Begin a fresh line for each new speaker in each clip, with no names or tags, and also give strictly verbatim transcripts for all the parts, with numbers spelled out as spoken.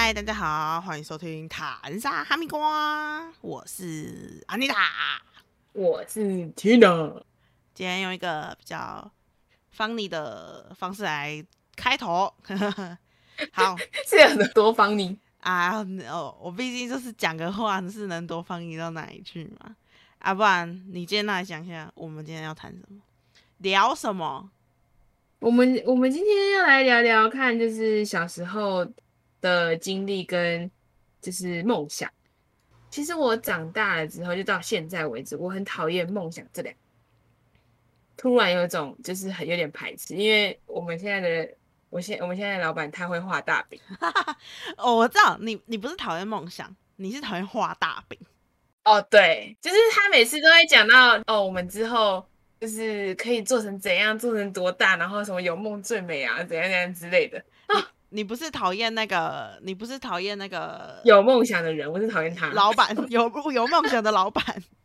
嗨，大家好，欢迎收听谈沙哈密瓜，我是安妮塔，
我是 Tina。
今天用一个比较 funny 的方式来开头，好
是有多方你
啊，哦，我毕竟就是讲个话，是能多 funny 到哪里去嘛？啊，不然你今天来想一下，我们今天要谈什么，聊什么？
我们我们今天要来聊聊看，就是小时候的经历跟就是梦想。其实我长大了之后，就到现在为止，我很讨厌梦想这两个，突然有一种就是很有点排斥，因为我们现在的我现我们现在的老板他会画大饼。
哦，我知道你，你不是讨厌梦想，你是讨厌画大饼。
哦，对，就是他每次都会讲到哦，我们之后就是可以做成怎样，做成多大，然后什么有梦最美啊，怎样怎样之类的。
你你不是讨厌那个，你不是讨厌那个
有梦想的人，我是讨厌他。
老板，有有梦想的老板。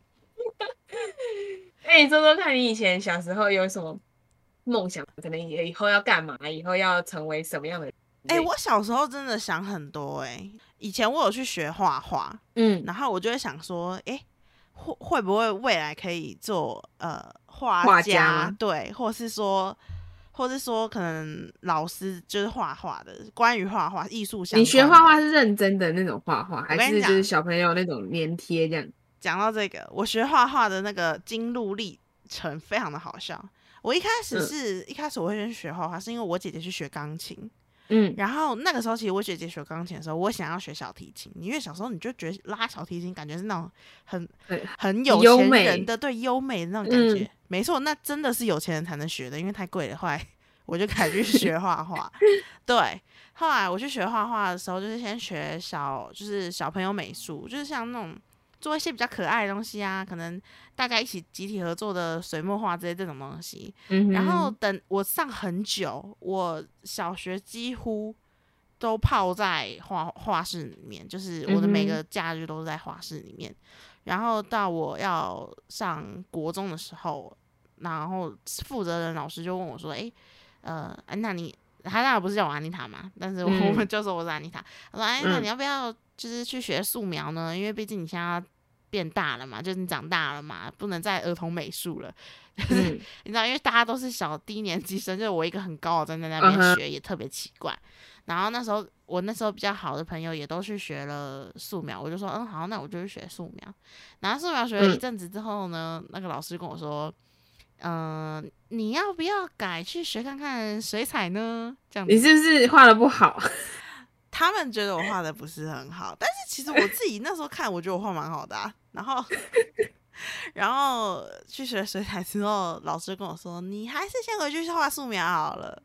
哎，你说说看你以前小时候有什么梦想？可能以后要干嘛？以后要成为什么样的人？
哎、欸，我小时候真的想很多哎、欸。以前我有去学画画，
嗯，
然后我就会想说，哎、欸，会会不会未来可以做呃画
画
家？
家
对，或是说，或是说可能老师就是画画的，关于画画艺术相关的。
你学画画是认真的那种画画，还是就是
讲
小朋友那种粘贴这样？
讲到这个，我学画画的那个经路历程非常的好笑。我一开始是、嗯、一开始我会先学画画，是因为我姐姐去学钢琴。嗯，然后那个时候其实我姐姐学钢琴的时候，我想要学小提琴，因为小时候你就觉得拉小提琴感觉是那种很很有钱人的对优美的那种感觉。嗯、没错，那真的是有钱人才能学的，因为太贵了。后来我就开始去学画画。对，后来我去学画画的时候，就是先学小就是小朋友美术，就是像那种做一些比较可爱的东西啊，可能大家一起集体合作的水墨画之类这种东西。嗯、然后等我上很久，我小学几乎都泡在画画室里面，就是我的每个假日都是在画室里面。然后到我要上国中的时候，然后负责人老师就问我说：“哎，呃，安娜你，他当然不是叫我安妮塔嘛，但是我们就说我是安妮塔。他说：‘哎，那你要不要就是去学素描呢？因为毕竟你现在要变大了嘛，就是你长大了嘛，不能再儿童美术了。’就是、嗯、你知道，因为大家都是小低年级生，就是我一个很高的站在那边学， uh-huh. 也特别奇怪。然后那时候我那时候比较好的朋友也都去学了素描，我就说嗯好，那我就去学素描。然后素描学了一阵子之后呢，嗯、那个老师跟我说，嗯、呃，你要不要改去学看看水彩呢？这样子。
你是不是画的不好？
他们觉得我画的不是很好，但是其实我自己那时候看，我觉得我画蛮好的啊。然后。然后去学水彩之后，老师跟我说：“你还是先回去画素描好了。”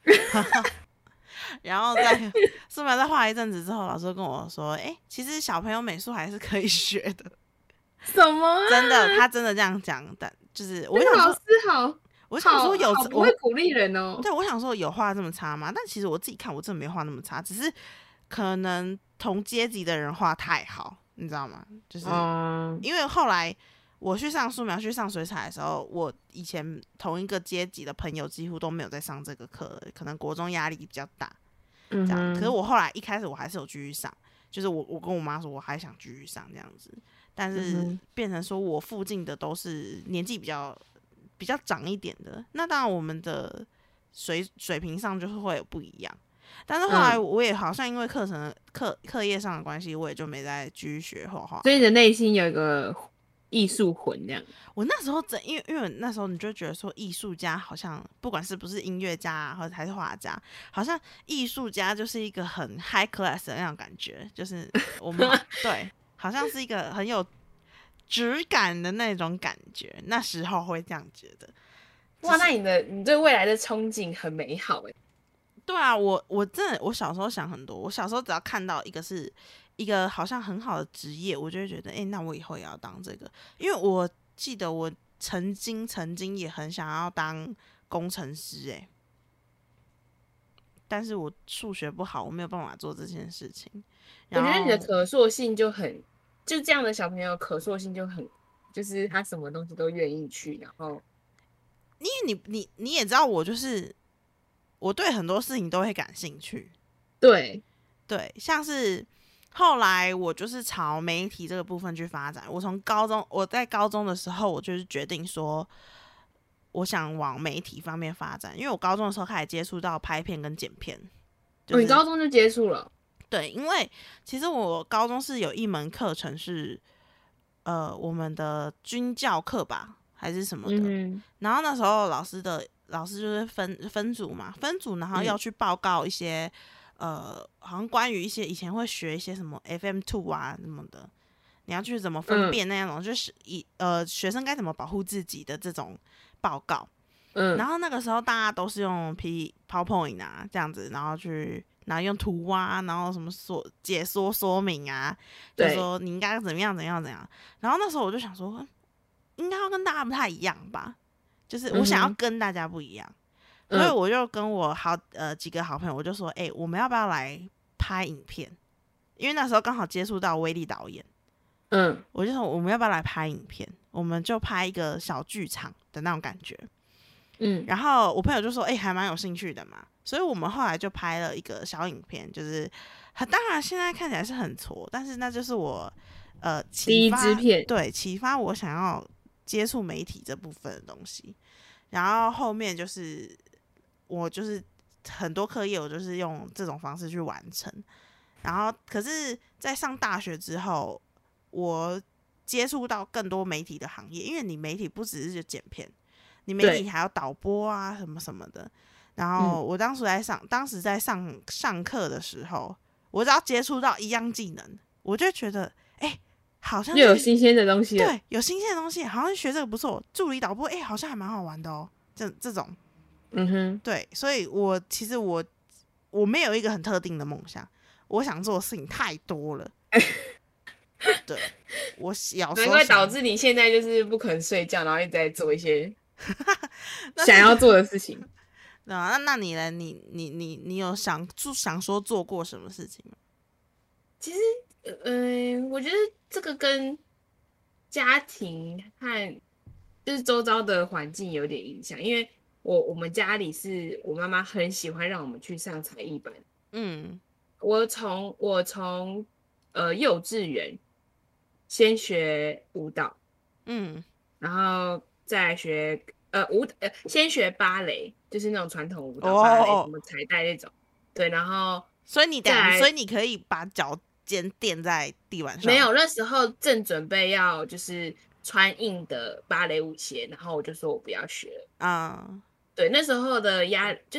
然后在素描再画一阵子之后，老师跟我说：“哎、欸，其实小朋友美术还是可以学的。”
什么、啊？
真的，他真的这样讲。但就是我想
说，老师好，
我想说有
不会鼓励人哦。
对，我想说有画这么差吗？但其实我自己看，我真的没画那么差，只是可能同阶级的人画太好，你知道吗？就是、嗯、因为后来。我去上素描、去上水彩的时候，我以前同一个阶级的朋友几乎都没有在上这个课了，可能国中压力比较大，这样。嗯、可是我后来一开始我还是有继续上，就是我我跟我妈说我还想继续上这样子，但是变成说我附近的都是年纪比较比较长一点的，那当然我们的水水平上就是会有不一样。但是后来我也好像因为课程课课业上的关系，我也就没再继续学画画。
所以你的内心有一个。艺术魂这样，
我那时候真因为因为那时候你就觉得说艺术家好像不管是不是音乐家啊，或者还是画家，好像艺术家就是一个很 high class 的那种感觉，就是我们对，好像是一个很有质感的那种感觉。那时候会这样觉得。
哇，那你的你对未来的憧憬很美好哎。
对啊，我我真的我小时候想很多，我小时候只要看到一个是。一个好像很好的职业，我就会觉得，哎、欸，那我以后也要当这个。因为我记得我曾经曾经也很想要当工程师，哎，但是我数学不好，我没有办法做这件事情。
我觉得你的可塑性就很，就这样的小朋友可塑性就很，就是他什么东西都愿意去，然后，
因为你你你也知道，我就是我对很多事情都会感兴趣，
对。
对，像是后来我就是朝媒体这个部分去发展。我从高中，我在高中的时候，我就是决定说，我想往媒体方面发展，因为我高中的时候开始接触到拍片跟剪片。就是、
哦，你高中就接触了？
对，因为其实我高中是有一门课程是，呃，我们的军教课吧，还是什么的。
嗯、
然后那时候老师的老师就是分分组嘛，分组，然后要去报告一些。嗯呃，好像关于一些以前会学一些什么 F M 二 啊什么的，你要去怎么分辨那种，嗯、就是以呃学生该怎么保护自己的这种报告。嗯，然后那个时候大家都是用 P PowerPoint 啊这样子，然后去然后用图啊，然后什么说解说说明啊，就说你应该怎么样怎样怎样。然后那时候我就想说，应该要跟大家不太一样吧，就是我想要跟大家不一样。嗯，所以我就跟我好呃几个好朋友，我就说，哎、欸，我们要不要来拍影片？因为那时候刚好接触到威力导演，嗯，我就说我们要不要来拍影片？我们就拍一个小剧场的那种感觉，嗯。然后我朋友就说，哎、欸，还蛮有兴趣的嘛，所以我们后来就拍了一个小影片，就是当然现在看起来是很挫，但是那就是我呃启发，第一支片，对，启发我想要接触媒体这部分的东西。然后后面就是。我就是很多课业，我就是用这种方式去完成。然后，可是，在上大学之后，我接触到更多媒体的行业，因为你媒体不只是就剪片，你媒体还要导播啊，什么什么的。然后，我当时在上，嗯、当时在上上课的时候，我只要接触到一样技能，我就觉得，哎、欸，好像
又有新鲜的东西了。
对，有新鲜的东西，好像学这个不错。助理导播，哎、欸，好像还蛮好玩的哦。这这种。嗯哼，对，所以我其实我我没有一个很特定的梦想，我想做的事情太多了。对，我小时候
难怪导致你现在就是不肯睡觉，然后一直在做一些想要做的事情。
对啊，那那你呢？你你你你有想就想说做过什么事情吗？
其实，嗯、呃，我觉得这个跟家庭和就是周遭的环境有点影响，因为。我我们家里是我妈妈很喜欢让我们去上才艺班。嗯，我从我从呃幼稚园先学舞蹈，嗯，然后再学呃舞呃先学芭蕾，就是那种传统舞蹈、哦、芭蕾什么彩带那种。对，然后
所以你等所以你可以把脚尖垫在地板上。
没有，那时候正准备要就是穿硬的芭蕾舞鞋，然后我就说我不要学了。啊。对，那时候的压就是，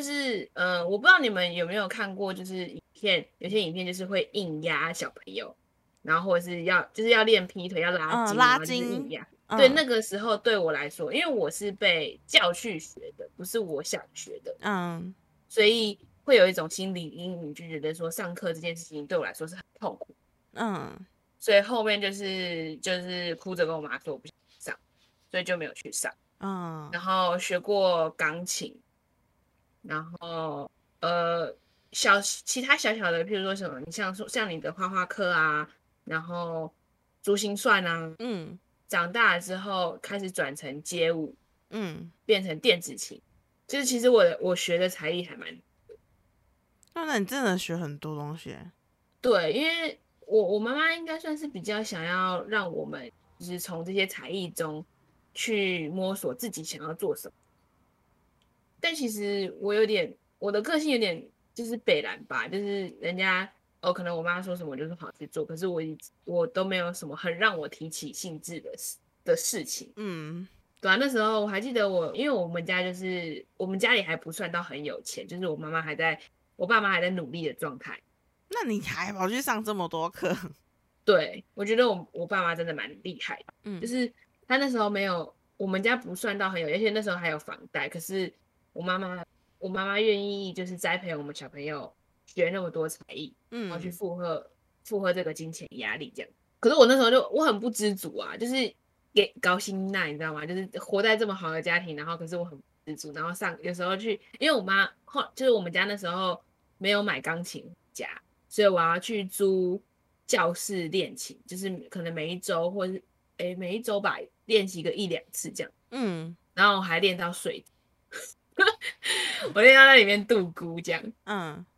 嗯、呃，我不知道你们有没有看过，就是影片，有些影片就是会硬压小朋友，然后或者是要就是要练劈腿，要拉筋，嗯、拉筋硬压。嗯、对，那个时候对我来说，因为我是被教去学的，不是我想学的，嗯，所以会有一种心理阴影，就觉得说上课这件事情对我来说是很痛苦，嗯，所以后面就是就是哭着跟我妈说我不想上，所以就没有去上。嗯，然后学过钢琴，然后呃小其他小小的，譬如说什么，你像说像你的画画课啊，然后珠心算啊，嗯，长大了之后开始转成街舞，嗯，变成电子琴，就是其实我我学的才艺还蛮，
那那你真的学很多东西。
对，因为我我妈妈应该算是比较想要让我们就是从这些才艺中。去摸索自己想要做什么，但其实我有点，我的个性有点就是北蓝吧，就是人家哦，可能我妈说什么我就是跑去做，可是我我都没有什么很让我提起兴致的事的事情，嗯，对啊，那时候我还记得我，因为我们家就是我们家里还不算到很有钱，就是我妈妈还在我爸妈还在努力的状态，
那你还跑去上这么多课？
对，我觉得我我爸妈真的蛮厉害的，嗯，就是。他那时候没有，我们家不算到很有，而且那时候还有房贷。可是我妈妈，我妈妈愿意就是栽培我们小朋友学那么多才艺，嗯，然后去负荷负荷这个金钱压力这样。可是我那时候就我很不知足啊，就是给高薪那你知道吗？就是活在这么好的家庭，然后可是我很不知足，然后上有时候去，因为我妈后就是我们家那时候没有买钢琴家，所以我要去租教室练琴，就是可能每一周或是。哎，每一周吧，练习个一两次这样，嗯，然后还练到睡，我练到在里面度孤这样，嗯，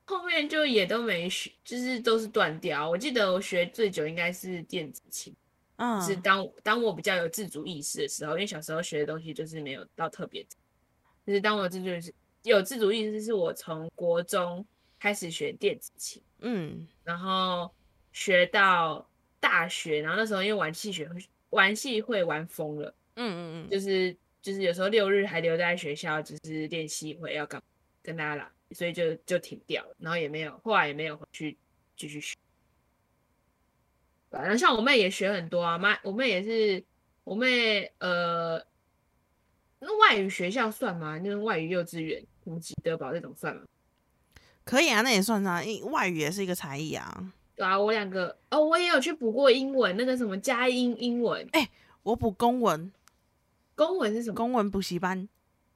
后面就也都没学，就是都是断掉。我记得我学最久应该是电子琴，嗯，是当当我比较有自主意识的时候，因为小时候学的东西就是没有到特别，就是当我有自主意识，有自主意识是我从国中开始学电子琴，嗯，然后学到大学，然后那时候因为玩戏学玩戏会玩疯了，嗯嗯嗯，就是就是有时候六日还留在学校，就是练戏会要跟跟大家来。所以就就停掉了，然后也没有，后来也没有回去继续学。然后像我妹也学很多啊，妈，我妹也是，我妹呃，那外语学校算吗？那种外语幼稚园，什么吉德堡这种算吗？
可以啊，那也算啊，因外语也是一个才艺啊。
对啊，我两个哦，我也有去补过英文，那个什么佳音英文。
哎、欸，我补公文。
公文是什么？
公文补习班。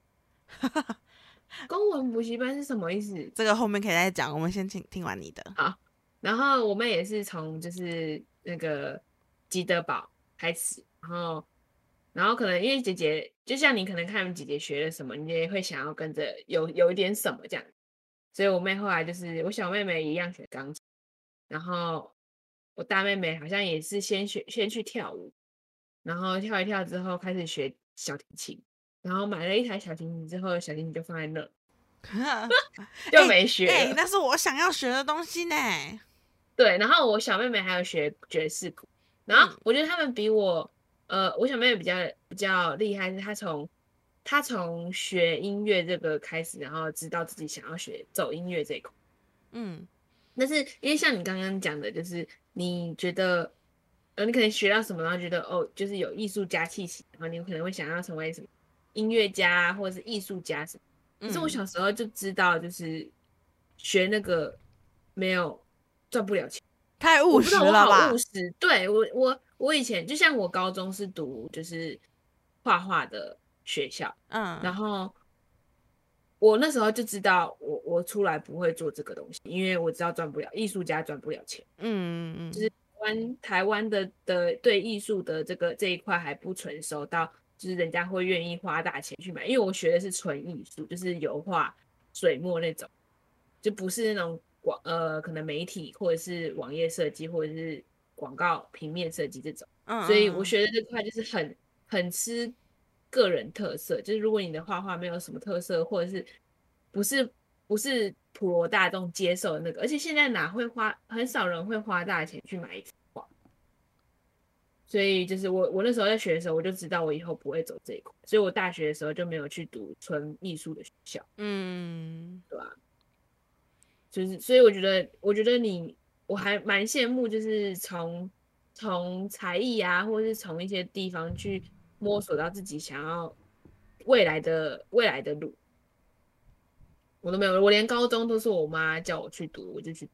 公文补习班是什么意思？
这个后面可以再讲，我们先听听完你的。
好，然后我们也是从就是那个吉德堡开始，然后然后可能因为姐姐就像你可能看姐姐学了什么，你也会想要跟着有有一点什么这样，所以我妹后来就是我小妹妹一样学钢琴，然后我大妹妹好像也是先学先去跳舞，然后跳一跳之后开始学小提琴，然后买了一台小提琴之后，小提琴就放在那就没学了。
哎、欸欸，那是我想要学的东西呢。
对，然后我小妹妹还有学爵士鼓，然后我觉得他们比我，呃，我小妹妹比较比较厉害，是她从她从学音乐这个开始，然后知道自己想要学走音乐这一块。嗯，但是因为像你刚刚讲的，就是你觉得，呃，你可能学到什么，然后觉得哦，就是有艺术家气息，然后你可能会想要成为什么音乐家或者是艺术家什么。可是我小时候就知道，就是学那个没有赚不了钱，
太务实了吧？
我好务实，对我我我以前就像我高中是读就是画画的学校，嗯，然后我那时候就知道我我出来不会做这个东西，因为我知道赚不了，艺术家赚不了钱，嗯嗯嗯，就是台湾台湾的的对艺术的这个这一块还不成熟到。就是人家会愿意花大钱去买，因为我学的是纯艺术，就是油画、水墨那种，就不是那种广呃可能媒体或者是网页设计或者是广告平面设计这种。嗯，所以我学的这块就是很很吃个人特色，就是如果你的画画没有什么特色，或者是不是不是普罗大众接受的那个，而且现在哪会花很少人会花大钱去买一幅画。所以就是我，我那时候在学的时候，我就知道我以后不会走这一块，所以我大学的时候就没有去读纯艺术的学校，嗯，对吧、啊？就是所以我觉得，我觉得你我还蛮羡慕，就是从从才艺啊，或者是从一些地方去摸索到自己想要未来的未来的路，我都没有，我连高中都是我妈叫我去读，我就去，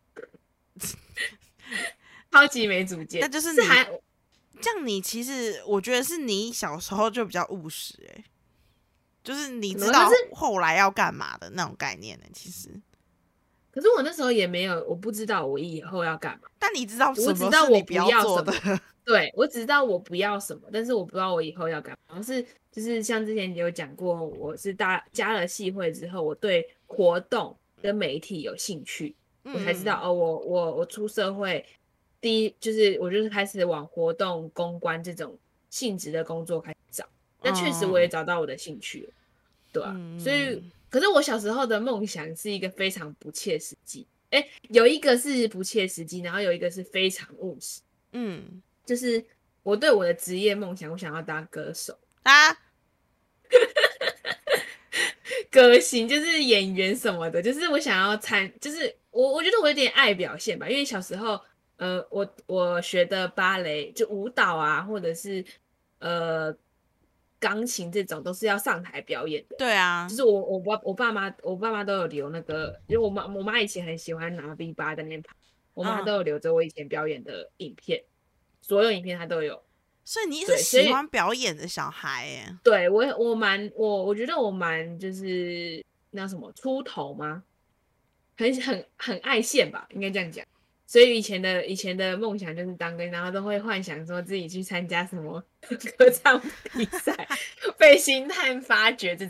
超级没主见，
那就是你。这样你其实我觉得是你小时候就比较务实哎、欸，就是你知道后来要干嘛的那种概念呢、欸。其实，
可是我那时候也没有，我不知道我以后要干嘛。
但你知道什么
我知道我
不要做的，
对我只知道我不要什么，但是我不知道我以后要干嘛。是就是像之前有讲过，我是大加了系会之后，我对活动跟媒体有兴趣，嗯、我才知道哦，我我我出社会。第一就是我就是开始往活动公关这种性质的工作开始找，那确实我也找到我的兴趣了，对啊、嗯、所以可是我小时候的梦想是一个非常不切实际，哎，有一个是不切实际，然后有一个是非常务实，嗯，就是我对我的职业梦想，我想要当歌手啊，歌星就是演员什么的，就是我想要参，就是我我觉得我有点爱表现吧，因为小时候。呃，我我学的芭蕾就舞蹈啊，或者是呃钢琴这种，都是要上台表演的。
对啊，
就是我我爸我爸妈我爸妈都有留那个，因为我妈我妈以前很喜欢拿 V 八在那边拍，我妈都有留着我以前表演的影片，嗯、所有影片她都有。
所以你是喜欢表演的小孩耶？
对我我蛮我我觉得我蛮就是那什么出头吗？很很很爱现吧，应该这样讲。所以以前的以前的梦想就是当歌，然后都会幻想说自己去参加什么歌唱比赛，被星探发掘这种。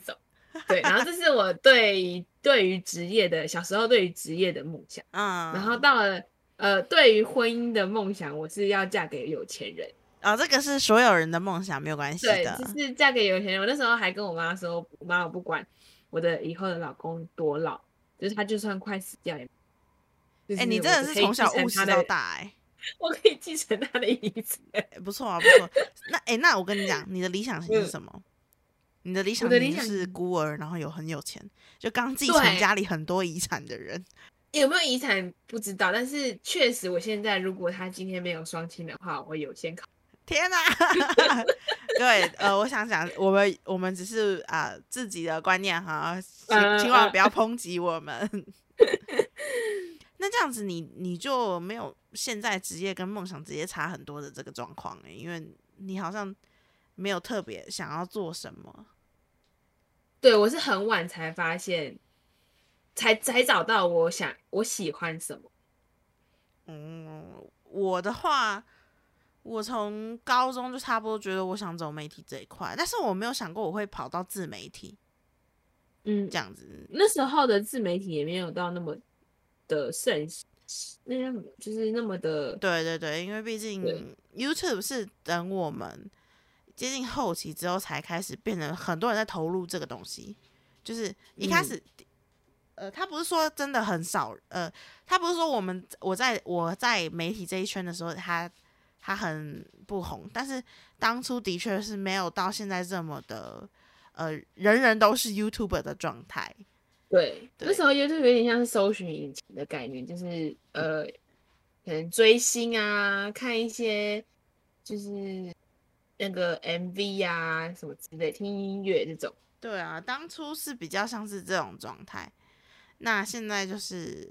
对，然后这是我对对于职业的小时候对于职业的梦想，嗯，然后到了呃对于婚姻的梦想，我是要嫁给有钱人。
哦，这个是所有人的梦想，没有关系的。
对，就是嫁给有钱人。我那时候还跟我妈说，我妈我不管我的以后的老公多老，就是他就算快死掉也，哎、
欸，你真的是从小务实到大哎、欸，
我可以继承他的遗产、
欸，不错啊，不错。那哎、欸，那我跟你讲，你的理想型是什么？嗯、你的理想型就是孤儿，然后有很有钱，就刚继承家里很多遗产的人。
有没有遗产不知道，但是确实，我现在如果他今天没有双亲的话，我有先考。
天哪、啊！各位，呃，我想讲，我们我们只是啊、呃、自己的观念哈，请千万不要抨击我们。那这样子你，你你就没有现在职业跟梦想职业差很多的这个状况哎，因为你好像没有特别想要做什么。
对，我是很晚才发现，才才找到我想我喜欢什么。
嗯，我的话。我从高中就差不多觉得我想走媒体这一块，但是我没有想过我会跑到自媒体，嗯，这样子。
那时候的自媒体也没有到那么的盛，那就是那么的。
对对对，因为毕竟 YouTube 是等我们接近后期之后才开始变得很多人在投入这个东西，就是一开始，嗯、呃，他不是说真的很少，呃，他不是说我们我在我在媒体这一圈的时候，他。他很不红，但是当初的确是没有到现在这么的，呃，人人都是 YouTuber 的状态。
对，那时候 YouTube 有点像是搜寻引擎的概念，就是呃，可能追星啊，看一些就是那个 M V 啊什么之类，听音乐这种。
对啊，当初是比较像是这种状态。那现在就是，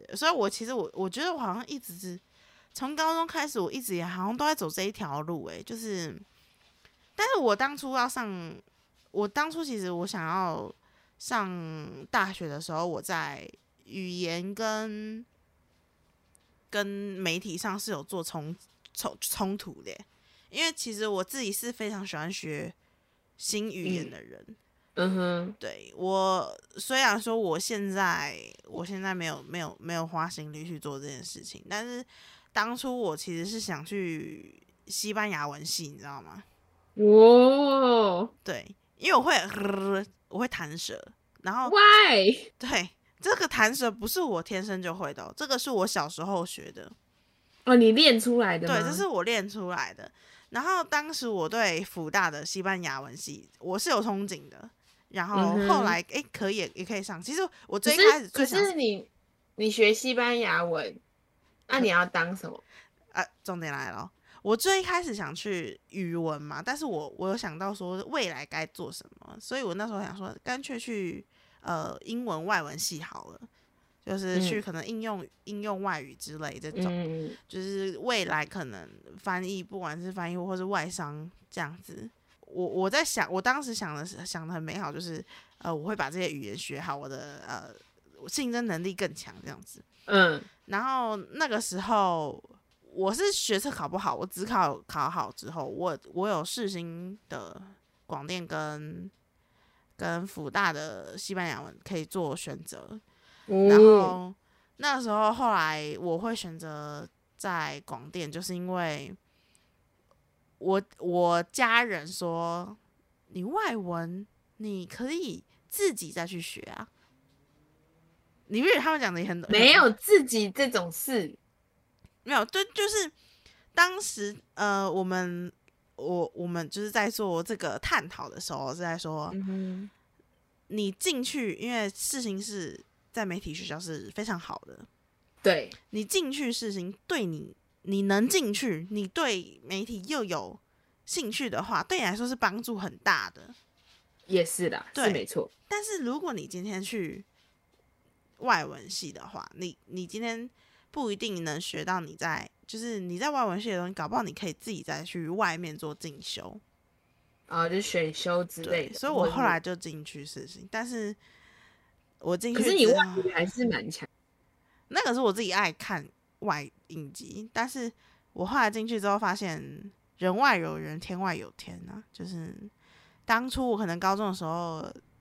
所以我其实我我觉得我好像一直是。从高中开始，我一直也好像都在走这一条路，哎，就是，但是我当初要上，我当初其实我想要上大学的时候，我在语言跟跟媒体上是有做冲冲冲突的，因为其实我自己是非常喜欢学新语言的人，
嗯哼，
对我虽然说我现在我现在没有没有没有花心力去做这件事情，但是。当初我其实是想去西班牙文系，你知道吗？
哦，
对，因为我会、呃、我会弹舌，然后
Why？
对，这个弹舌不是我天生就会的、哦，这个是我小时候学的。
哦，你练出来的吗？
对，这是我练出来的。然后当时我对辅大的西班牙文系我是有憧憬的，然后后来哎、嗯、可以也可以上。其实我最开始最
想，可是你你学西班牙文。那、啊、你要当什么？
啊，重点来了，我最开始想去语文嘛，但是我我有想到说未来该做什么，所以我那时候想说，干脆去呃英文外文系好了，就是去可能应用、嗯、应用外语之类这种、嗯，就是未来可能翻译，不管是翻译或是外商这样子。我我在想，我当时想的是想的很美好，就是呃我会把这些语言学好，我的呃竞争能力更强这样子。嗯，然后那个时候我是学测考不好，我只考考好之后，我我有世新的广电跟跟辅大的西班牙文可以做选择、嗯，然后那时候后来我会选择在广电，就是因为我我家人说你外文你可以自己再去学啊。你不觉得他们讲的也很
没有自己这种事，
没有，对，就是当时呃，我们我我们就是在做这个探讨的时候，是在说，嗯、你进去，因为世新是在媒体学校是非常好的，
对，
你进去世新，对你你能进去，你对媒体又有兴趣的话，对你来说是帮助很大的，
也是的，是没错。
但是如果你今天去外文系的话，你你今天不一定能学到你在就是你在外文系的东西，搞不好你可以自己再去外面做进修
啊、哦，就选修之类的。
所以我后来就进去事情，但是我进去，
可是你外语还是蛮强。
那个是我自己爱看外影集，但是我后来进去之后发现，人外有人，天外有天啊，就是当初我可能高中的时候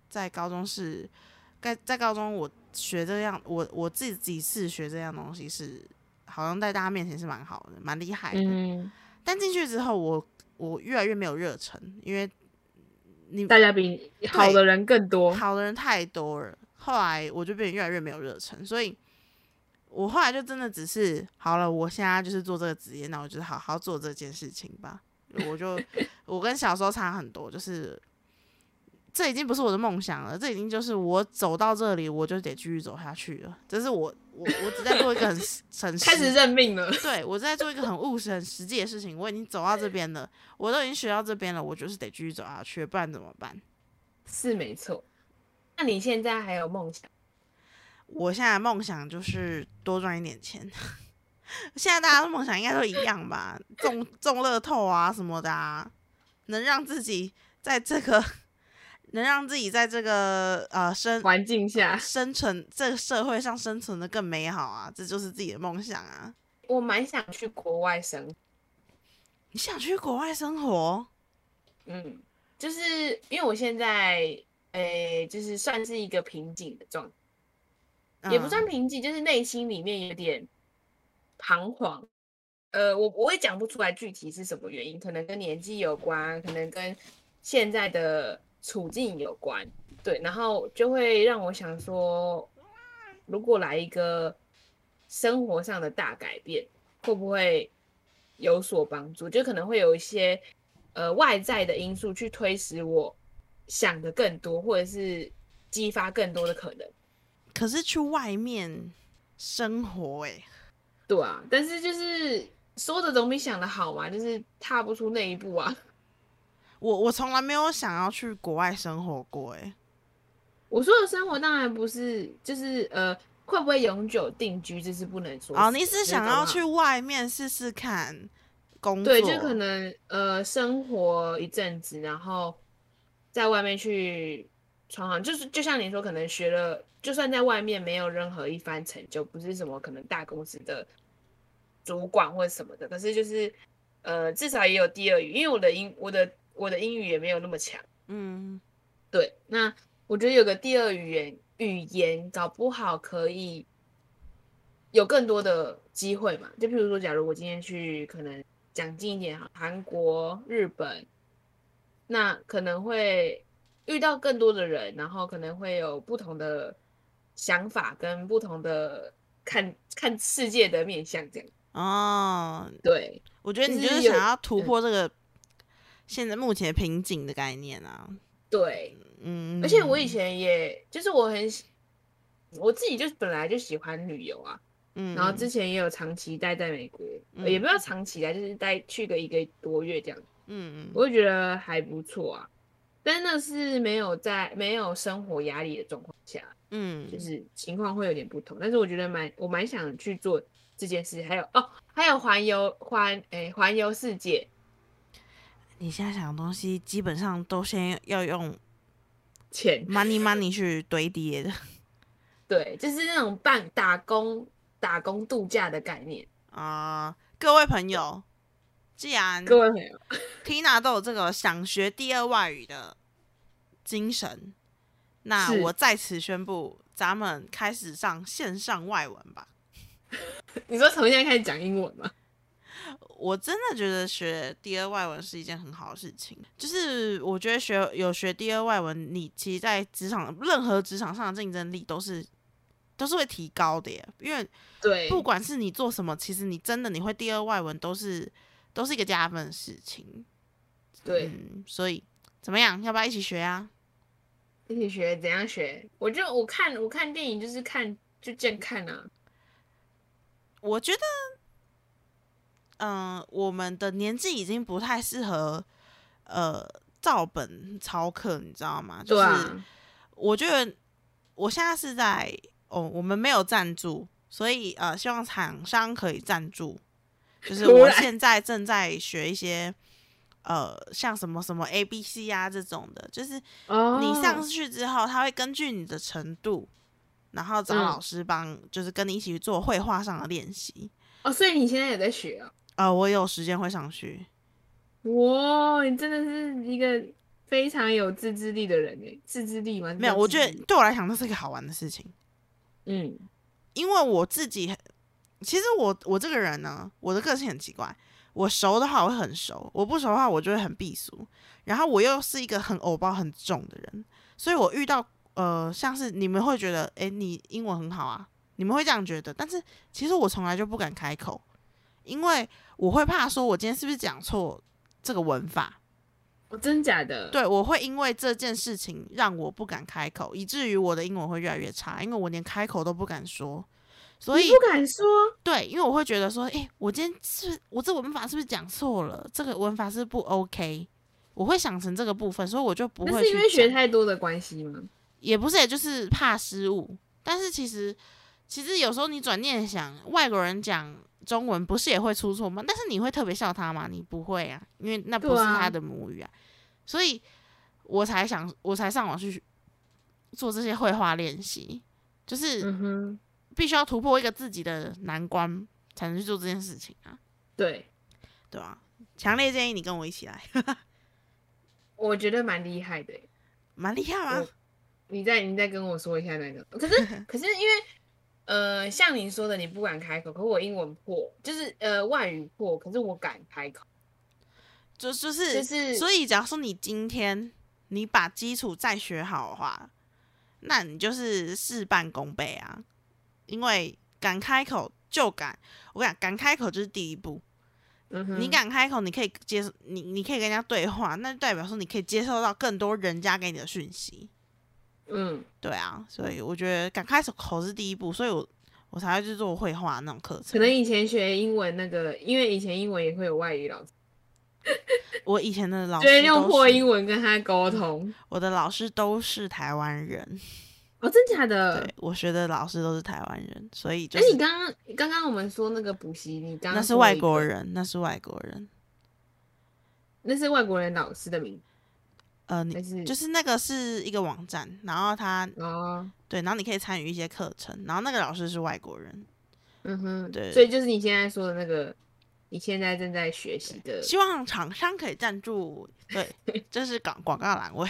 在高中是，在在高中我学这样，我我自己是学这样东西是，好像在大家面前是蛮好的，蛮厉害的。嗯，但进去之后我，我我越来越没有热忱，因为你
大家比好的人更多，
好的人太多了。后来我就变得越来越没有热忱，所以我后来就真的只是好了，我现在就是做这个职业，那我就好好做这件事情吧。我就我跟小时候差很多，就是这已经不是我的梦想了，这已经就是我走到这里，我就得继续走下去了。这是我我我只在做一个很很
开始认命了。
对，我在做一个很务实、很实际的事情。我已经走到这边了，我都已经学到这边了，我就是得继续走下去，不然怎么办？
是没错。那你现在还有梦想？
我现在的梦想就是多赚一点钱。现在大家的梦想应该都一样吧？中中乐透啊什么的啊，能让自己在这个能让自己在这个呃生
环境下
生存，这个社会上生存的更美好啊，这就是自己的梦想啊。
我蛮想去国外生活。
你想去国外生活？
嗯，就是因为我现在。诶、欸，就是算是一个瓶颈的状态，也不算瓶颈，就是内心里面有点彷徨。呃，我我也讲不出来具体是什么原因，可能跟年纪有关，可能跟现在的处境有关。对，然后就会让我想说，如果来一个生活上的大改变，会不会有所帮助？就可能会有一些呃外在的因素去推使我。想的更多，或者是激发更多的可能。
可是去外面生活、欸，哎，
对啊，但是就是说的总比想的好嘛，就是踏不出那一步啊。
我我从来没有想要去国外生活过、欸，哎，
我说的生活当然不是，就是呃，会不会永久定居，这是不能说。
哦，你是想要去外面试试看工作？
对，就可能呃，生活一阵子，然后。在外面去闯闯，就是就像你说，可能学了，就算在外面没有任何一番成就，不是什么可能大公司的主管或者什么的，可是就是呃，至少也有第二语，因为我的英我的我的英语也没有那么强，嗯，对，那我觉得有个第二语言语言，搞不好可以有更多的机会嘛。就譬如说，假如我今天去，可能讲近一点，韩国、日本。那可能会遇到更多的人，然后可能会有不同的想法跟不同的看看世界的面向，这样。哦，
对，我觉得你就是想要突破这个现在目前瓶颈的概念啊。
对，嗯，而且我以前也就是我很我自己就本来就喜欢旅游啊，嗯，然后之前也有长期待在美国，嗯、也不要长期待，就是待去个一个多月这样。嗯嗯，我会觉得还不错啊，但那是没有在没有生活压力的状况下，嗯，就是情况会有点不同。但是我觉得蛮我蛮想去做这件事，还有哦，还有环游环诶环游世界。
你现在想的东西基本上都先要用
钱
money money 去堆叠的，
对，就是那种办打工打工度假的概念
啊、呃。各位朋友。既然
各位朋友
Tina 都有这个想学第二外语的精神，那我在此宣布，咱们开始上线上外文吧。
你说从现在开始讲英文吗？
我真的觉得学第二外文是一件很好的事情。就是我觉得学有学第二外文，你其实在职场任何职场上的竞争力都是都是会提高的耶。因为
对，
不管是你做什么，其实你真的你会第二外文都是。都是一个加分的事情，
对、
嗯，所以怎么样？要不要一起学啊？
一起学？怎样学？我就我看我看电影就是看就这样看啊。
我觉得，嗯、呃，我们的年纪已经不太适合呃照本操课，你知道吗？就是、啊、我觉得我现在是在哦，我们没有赞助，所以呃，希望厂商可以赞助。就是我现在正在学一些，呃，像什么什么 A B C 啊这种的，就是你上去之后，他会根据你的程度，然后找老师帮，嗯、就是跟你一起做绘画上的练习。
哦，所以你现在也在学啊？
呃，我有时间会上去。
哇，你真的是一个非常有自制力的人哎，自制力吗？
没有，我觉得对我来讲，这是一个好玩的事情。
嗯，
因为我自己，其实我我这个人呢，我的个性很奇怪。我熟的话我会很熟，我不熟的话我就会很避俗。然后我又是一个很偶包很重的人，所以我遇到呃，像是你们会觉得，哎，你英文很好啊，你们会这样觉得，但是其实我从来就不敢开口，因为我会怕说，我今天是不是讲错这个文法。
哦，真假的？
对，我会因为这件事情让我不敢开口，以至于我的英文会越来越差，因为我连开口都不敢说。所以
你不敢说？
对，因为我会觉得说，哎、欸，我今天是不是我这文法是不是讲错了？这个文法是不 OK， 我会想成这个部分，所以我就不会去。
那是因为学太多的关系吗？
也不是，也就是怕失误。但是其实，其实有时候你转念想，外国人讲中文不是也会出错吗？但是你会特别笑他吗？你不会啊，因为那不是他的母语啊。啊所以我才想，我才上网去做这些绘画练习，就是必须要突破一个自己的难关，才能去做这件事情啊。
对，
对啊，强烈建议你跟我一起来。
我觉得蛮厉害的，
蛮厉害吗？
你再你再跟我说一下那个。可是可是因为呃，像你说的，你不敢开口，可是我英文破，就是呃外语破，可是我敢开口。
就就是、
就是，
所以假如说你今天你把基础再学好的话，那你就是事半功倍啊。因为敢开口就敢，我跟你讲，敢开口就是第一步。嗯、你敢开口，你可以接受，你你可以跟人家对话，那就代表说你可以接受到更多人家给你的讯息。嗯，对啊，所以我觉得敢开口是第一步，所以我我才会去做绘画那种课程。
可能以前学英文那个，因为以前英文也会有外语老师。
我以前的老师
就用破英文跟他沟通。
我的老师都是台湾人。
哦，真假的？
对，我学的老师都是台湾人，所以就是。
哎，你刚刚刚刚我们说那个补习，你刚刚
那是外国人，那是外国人，
那是外国人老师的名字。
呃，你就是那个是一个网站，然后他
哦，
对，然后你可以参与一些课程，然后那个老师是外国人。
嗯哼，对，所以就是你现在说的那个。你现在正在学习的，
希望厂商可以赞助，对，这是广广告栏位。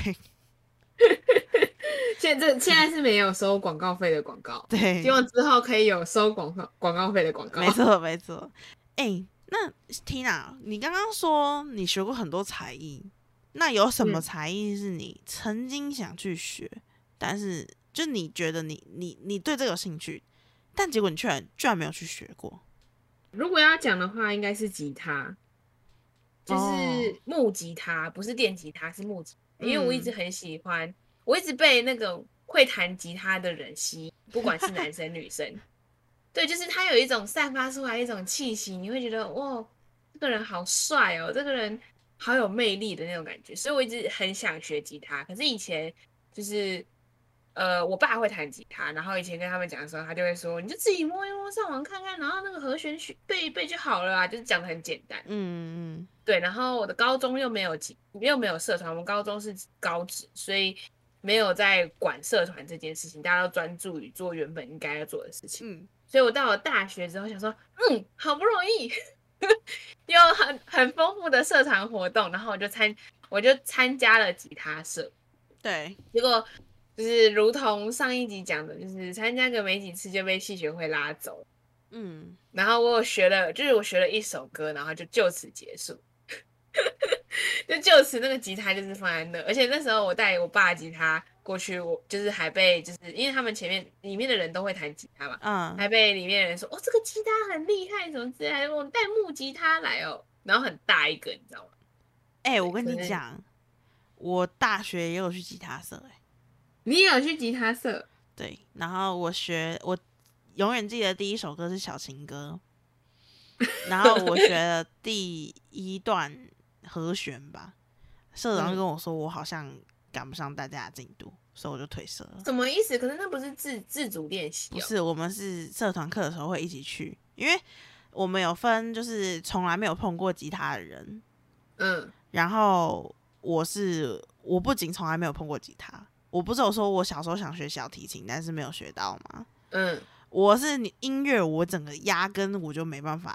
现在这现在是没有收广告费的广告，
对，
希望之后可以有收广告广告费的广告。
没错没错。哎、欸，那 Tina， 你刚刚说你学过很多才艺，那有什么才艺是你曾经想去学，嗯、但是就你觉得你你你对这个有兴趣，但结果你居然居然没有去学过？
如果要讲的话，应该是吉他，就是木吉他，不是电吉他，是木吉他。因为我一直很喜欢，嗯、我一直被那个会弹吉他的人吸引，不管是男生女生。对，就是他有一种散发出来一种气息，你会觉得哇，这个人好帅哦，这个人好有魅力的那种感觉。所以我一直很想学吉他，可是以前就是。呃，我爸会弹吉他，然后以前跟他们讲的时候，他就会说，你就自己摸一摸，上网看看，然后那个和弦背一背就好了啊，就是讲的很简单。嗯嗯，对。然后我的高中又没有又没有社团，我们高中是高职，所以没有在管社团这件事情，大家都专注于做原本应该要做的事情。嗯，所以我到了大学之后想说，嗯，好不容易有很很丰富的社团活动，然后我就参我就参加了吉他社。对，结果。就是如同上一集讲的，就是参加个没几次就被系学会拉走。嗯，然后我有学了，就是我学了一首歌，然后就就此结束。就就此那个吉他就是放在那，而且那时候我带我爸的吉他过去，我就是还被就是因为他们前面里面的人都会弹吉他嘛，嗯，还被里面的人说哦这个吉他很厉害什么之类的，我带木吉他来哦，然后很大一个，你知道吗？哎、欸，
我跟你讲，我大学也有去吉他社、欸，哎。
你也有去吉他社？
对，然后我学，我永远记得第一首歌是小情歌，然后我学了第一段和弦吧，社长就跟我说我好像赶不上大家的进度，所以我就退社了。
什么意思？可是那不是自自主练习、哦？
不是，我们是社团课的时候会一起去，因为我们有分就是从来没有碰过吉他的人，嗯，然后我是我不仅从来没有碰过吉他。我不是有说我小时候想学小提琴，但是没有学到吗？嗯，我是音乐，我整个压根我就没办法，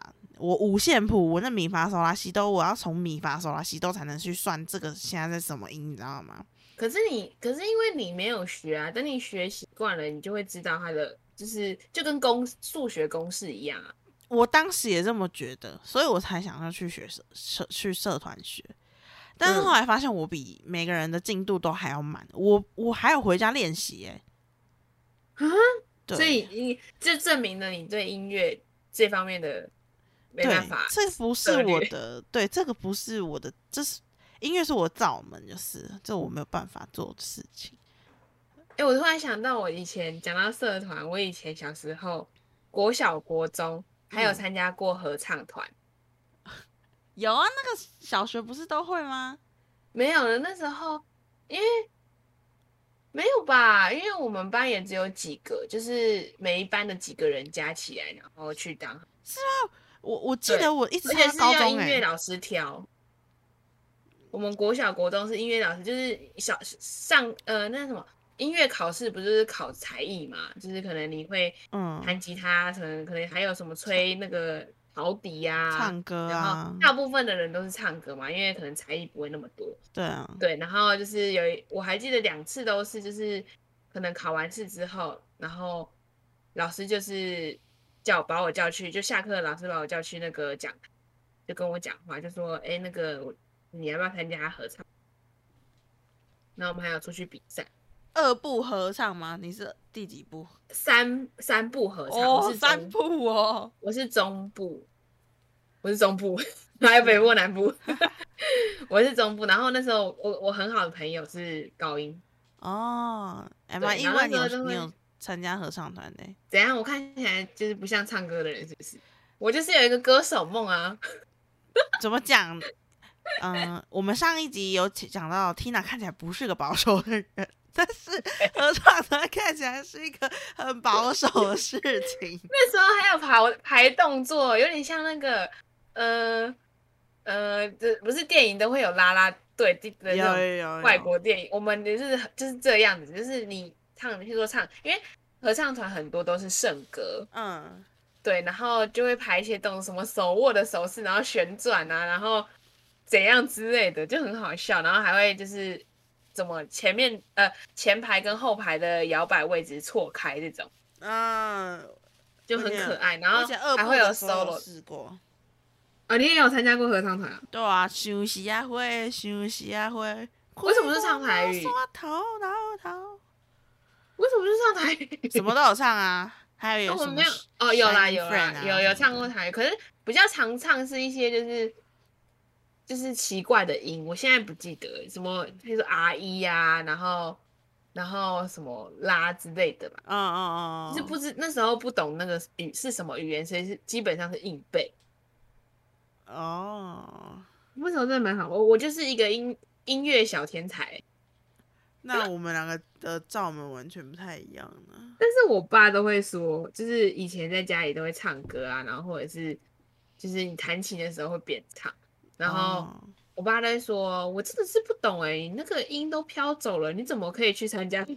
我五线谱，我那咪发嗦拉西哆，我要从咪发嗦拉西哆才能去算这个现在是什么音，你知道吗？
可是你，可是因为你没有学啊，等你学习惯了，你就会知道它的，就是就跟公数学公式一样啊。
我当时也这么觉得，所以我才想要去学社社去社团学。但是后来发现我比每个人的进度都还要慢，我我还有回家练习哎。
啊，所以你就证明了你对音乐这方面的没办法。
这不是我的，对，这个不是我的，这是。音乐是我罩门，就是这我没有办法做的事情。
哎、欸，我突然想到，我以前讲到社团，我以前小时候国小、国中还有参加过合唱团、
嗯。有啊，那个小学不是都会吗？
没有了，那时候因为没有吧，因为我们班也只有几个，就是每一班的几个人加起来，然后去当。
是吗？我我记得我一直参加
高中、欸，而且是要音乐老师挑。我们国小国中是音乐老师，就是小上呃那什么音乐考试不是考才艺嘛，就是可能你会弹吉他，可能可能还有什么吹那个陶笛呀、啊，
唱歌啊，
然后大部分的人都是唱歌嘛，因为可能才艺不会那么多。
对啊，
对，然后就是有我还记得两次都是就是可能考完试之后，然后老师就是叫把我叫去，就下课老师把我叫去那个讲台，就跟我讲话，就说哎那个我。你要不要参加合唱？然后我们还有出去比赛。
二部合唱吗？你是第几部？
三三部合唱。
哦，
我是
三部哦。
我是中部，我是中部，还有北部、南部。我是中部，然后那时候我我很好的朋友是高音。
哦，哎妈，因为你有你有参加合唱团的。
怎样？我看起来就是不像唱歌的人，是不是？我就是有一个歌手梦啊。
怎么讲？嗯，我们上一集有讲到 Tina 看起来不是个保守的人，但是合唱团看起来是一个很保守的事情。
那时候还有排排动作，有点像那个呃呃，这不是电影都会有啦啦队的那种外国电影，我们就是就是这样子，就是你唱，你说唱，因为合唱团很多都是圣歌，嗯，对，然后就会排一些动作，什么手握的手势，然后旋转啊，然后。怎样之类的就很好笑，然后还会就是怎么前面呃前排跟后排的摇摆位置错开这种，嗯，就很可爱。然后还会有 solo
试过。
啊，你也有参加过合唱团啊？
对啊，休息啊会，休息啊会。
为什么是唱台语？为什么是唱台语？
什么都有唱啊，还有有什么？
没有哦，有啦有啦，有有唱过台语，可是比较常唱是一些就是。就是奇怪的音，我现在不记得什么，比如说 R 一呀，然后然后什么啦之类的吧。嗯嗯嗯，就是不知那时候不懂那个语是什么语言，所以是基本上是硬背。哦，为什么真的蛮好？我我就是一个音音乐小天才。
那我们两个的罩门完全不太一样呢。
但是我爸都会说，就是以前在家里都会唱歌啊，然后或者是就是你弹琴的时候会边唱。然后我爸在说：“我真的是不懂哎、欸，你那个音都飘走了，你怎么可以去参加？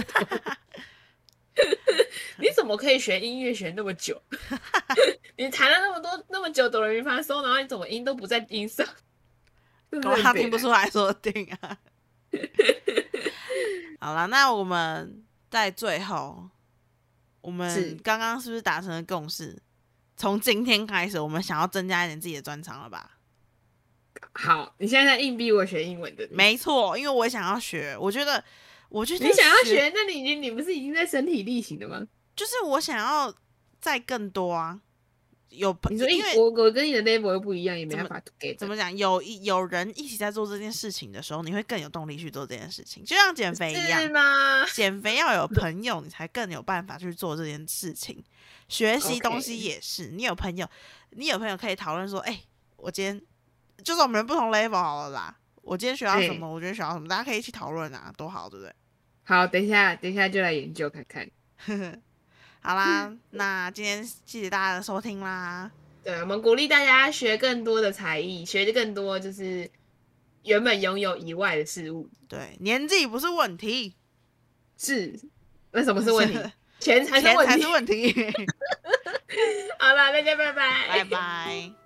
你怎么可以学音乐学那么久？你弹了那么多那么久哆来咪发嗦，然后你怎么音都不在音上？
他听不出来说定啊。好了，那我们在最后，我们刚刚是不是达成了共识？从今天开始，我们想要增加一点自己的专长了吧？”
好，你现在在硬逼我学英文的？
没错，因为我想要学，我觉得，我觉得
你想要学，那你已经你不是已经在身体力行了吗？
就是我想要再更多啊，有
你说因为我我跟你的 level 又不一样，也没办法给。
怎么讲？有有人一起在做这件事情的时候，你会更有动力去做这件事情，就像减肥一样。
是吗？
减肥要有朋友，你才更有办法去做这件事情。学习东西也是， okay. 你有朋友，你有朋友可以讨论说，哎、欸，我今天。就是我们不同 level 好了啦，我今天学到什么，欸、我今天学到什么，大家可以一起讨论啊，多好，对不对？
好，等一下，等一下就来研究看看。
好啦，那今天谢谢大家的收听啦。
对，我们鼓励大家学更多的才艺，学更多就是原本拥有以外的事物。
对，年纪不是问题，
是那什么是问题？钱才是问题。
钱才是问题。
好了，大家拜拜，
拜拜。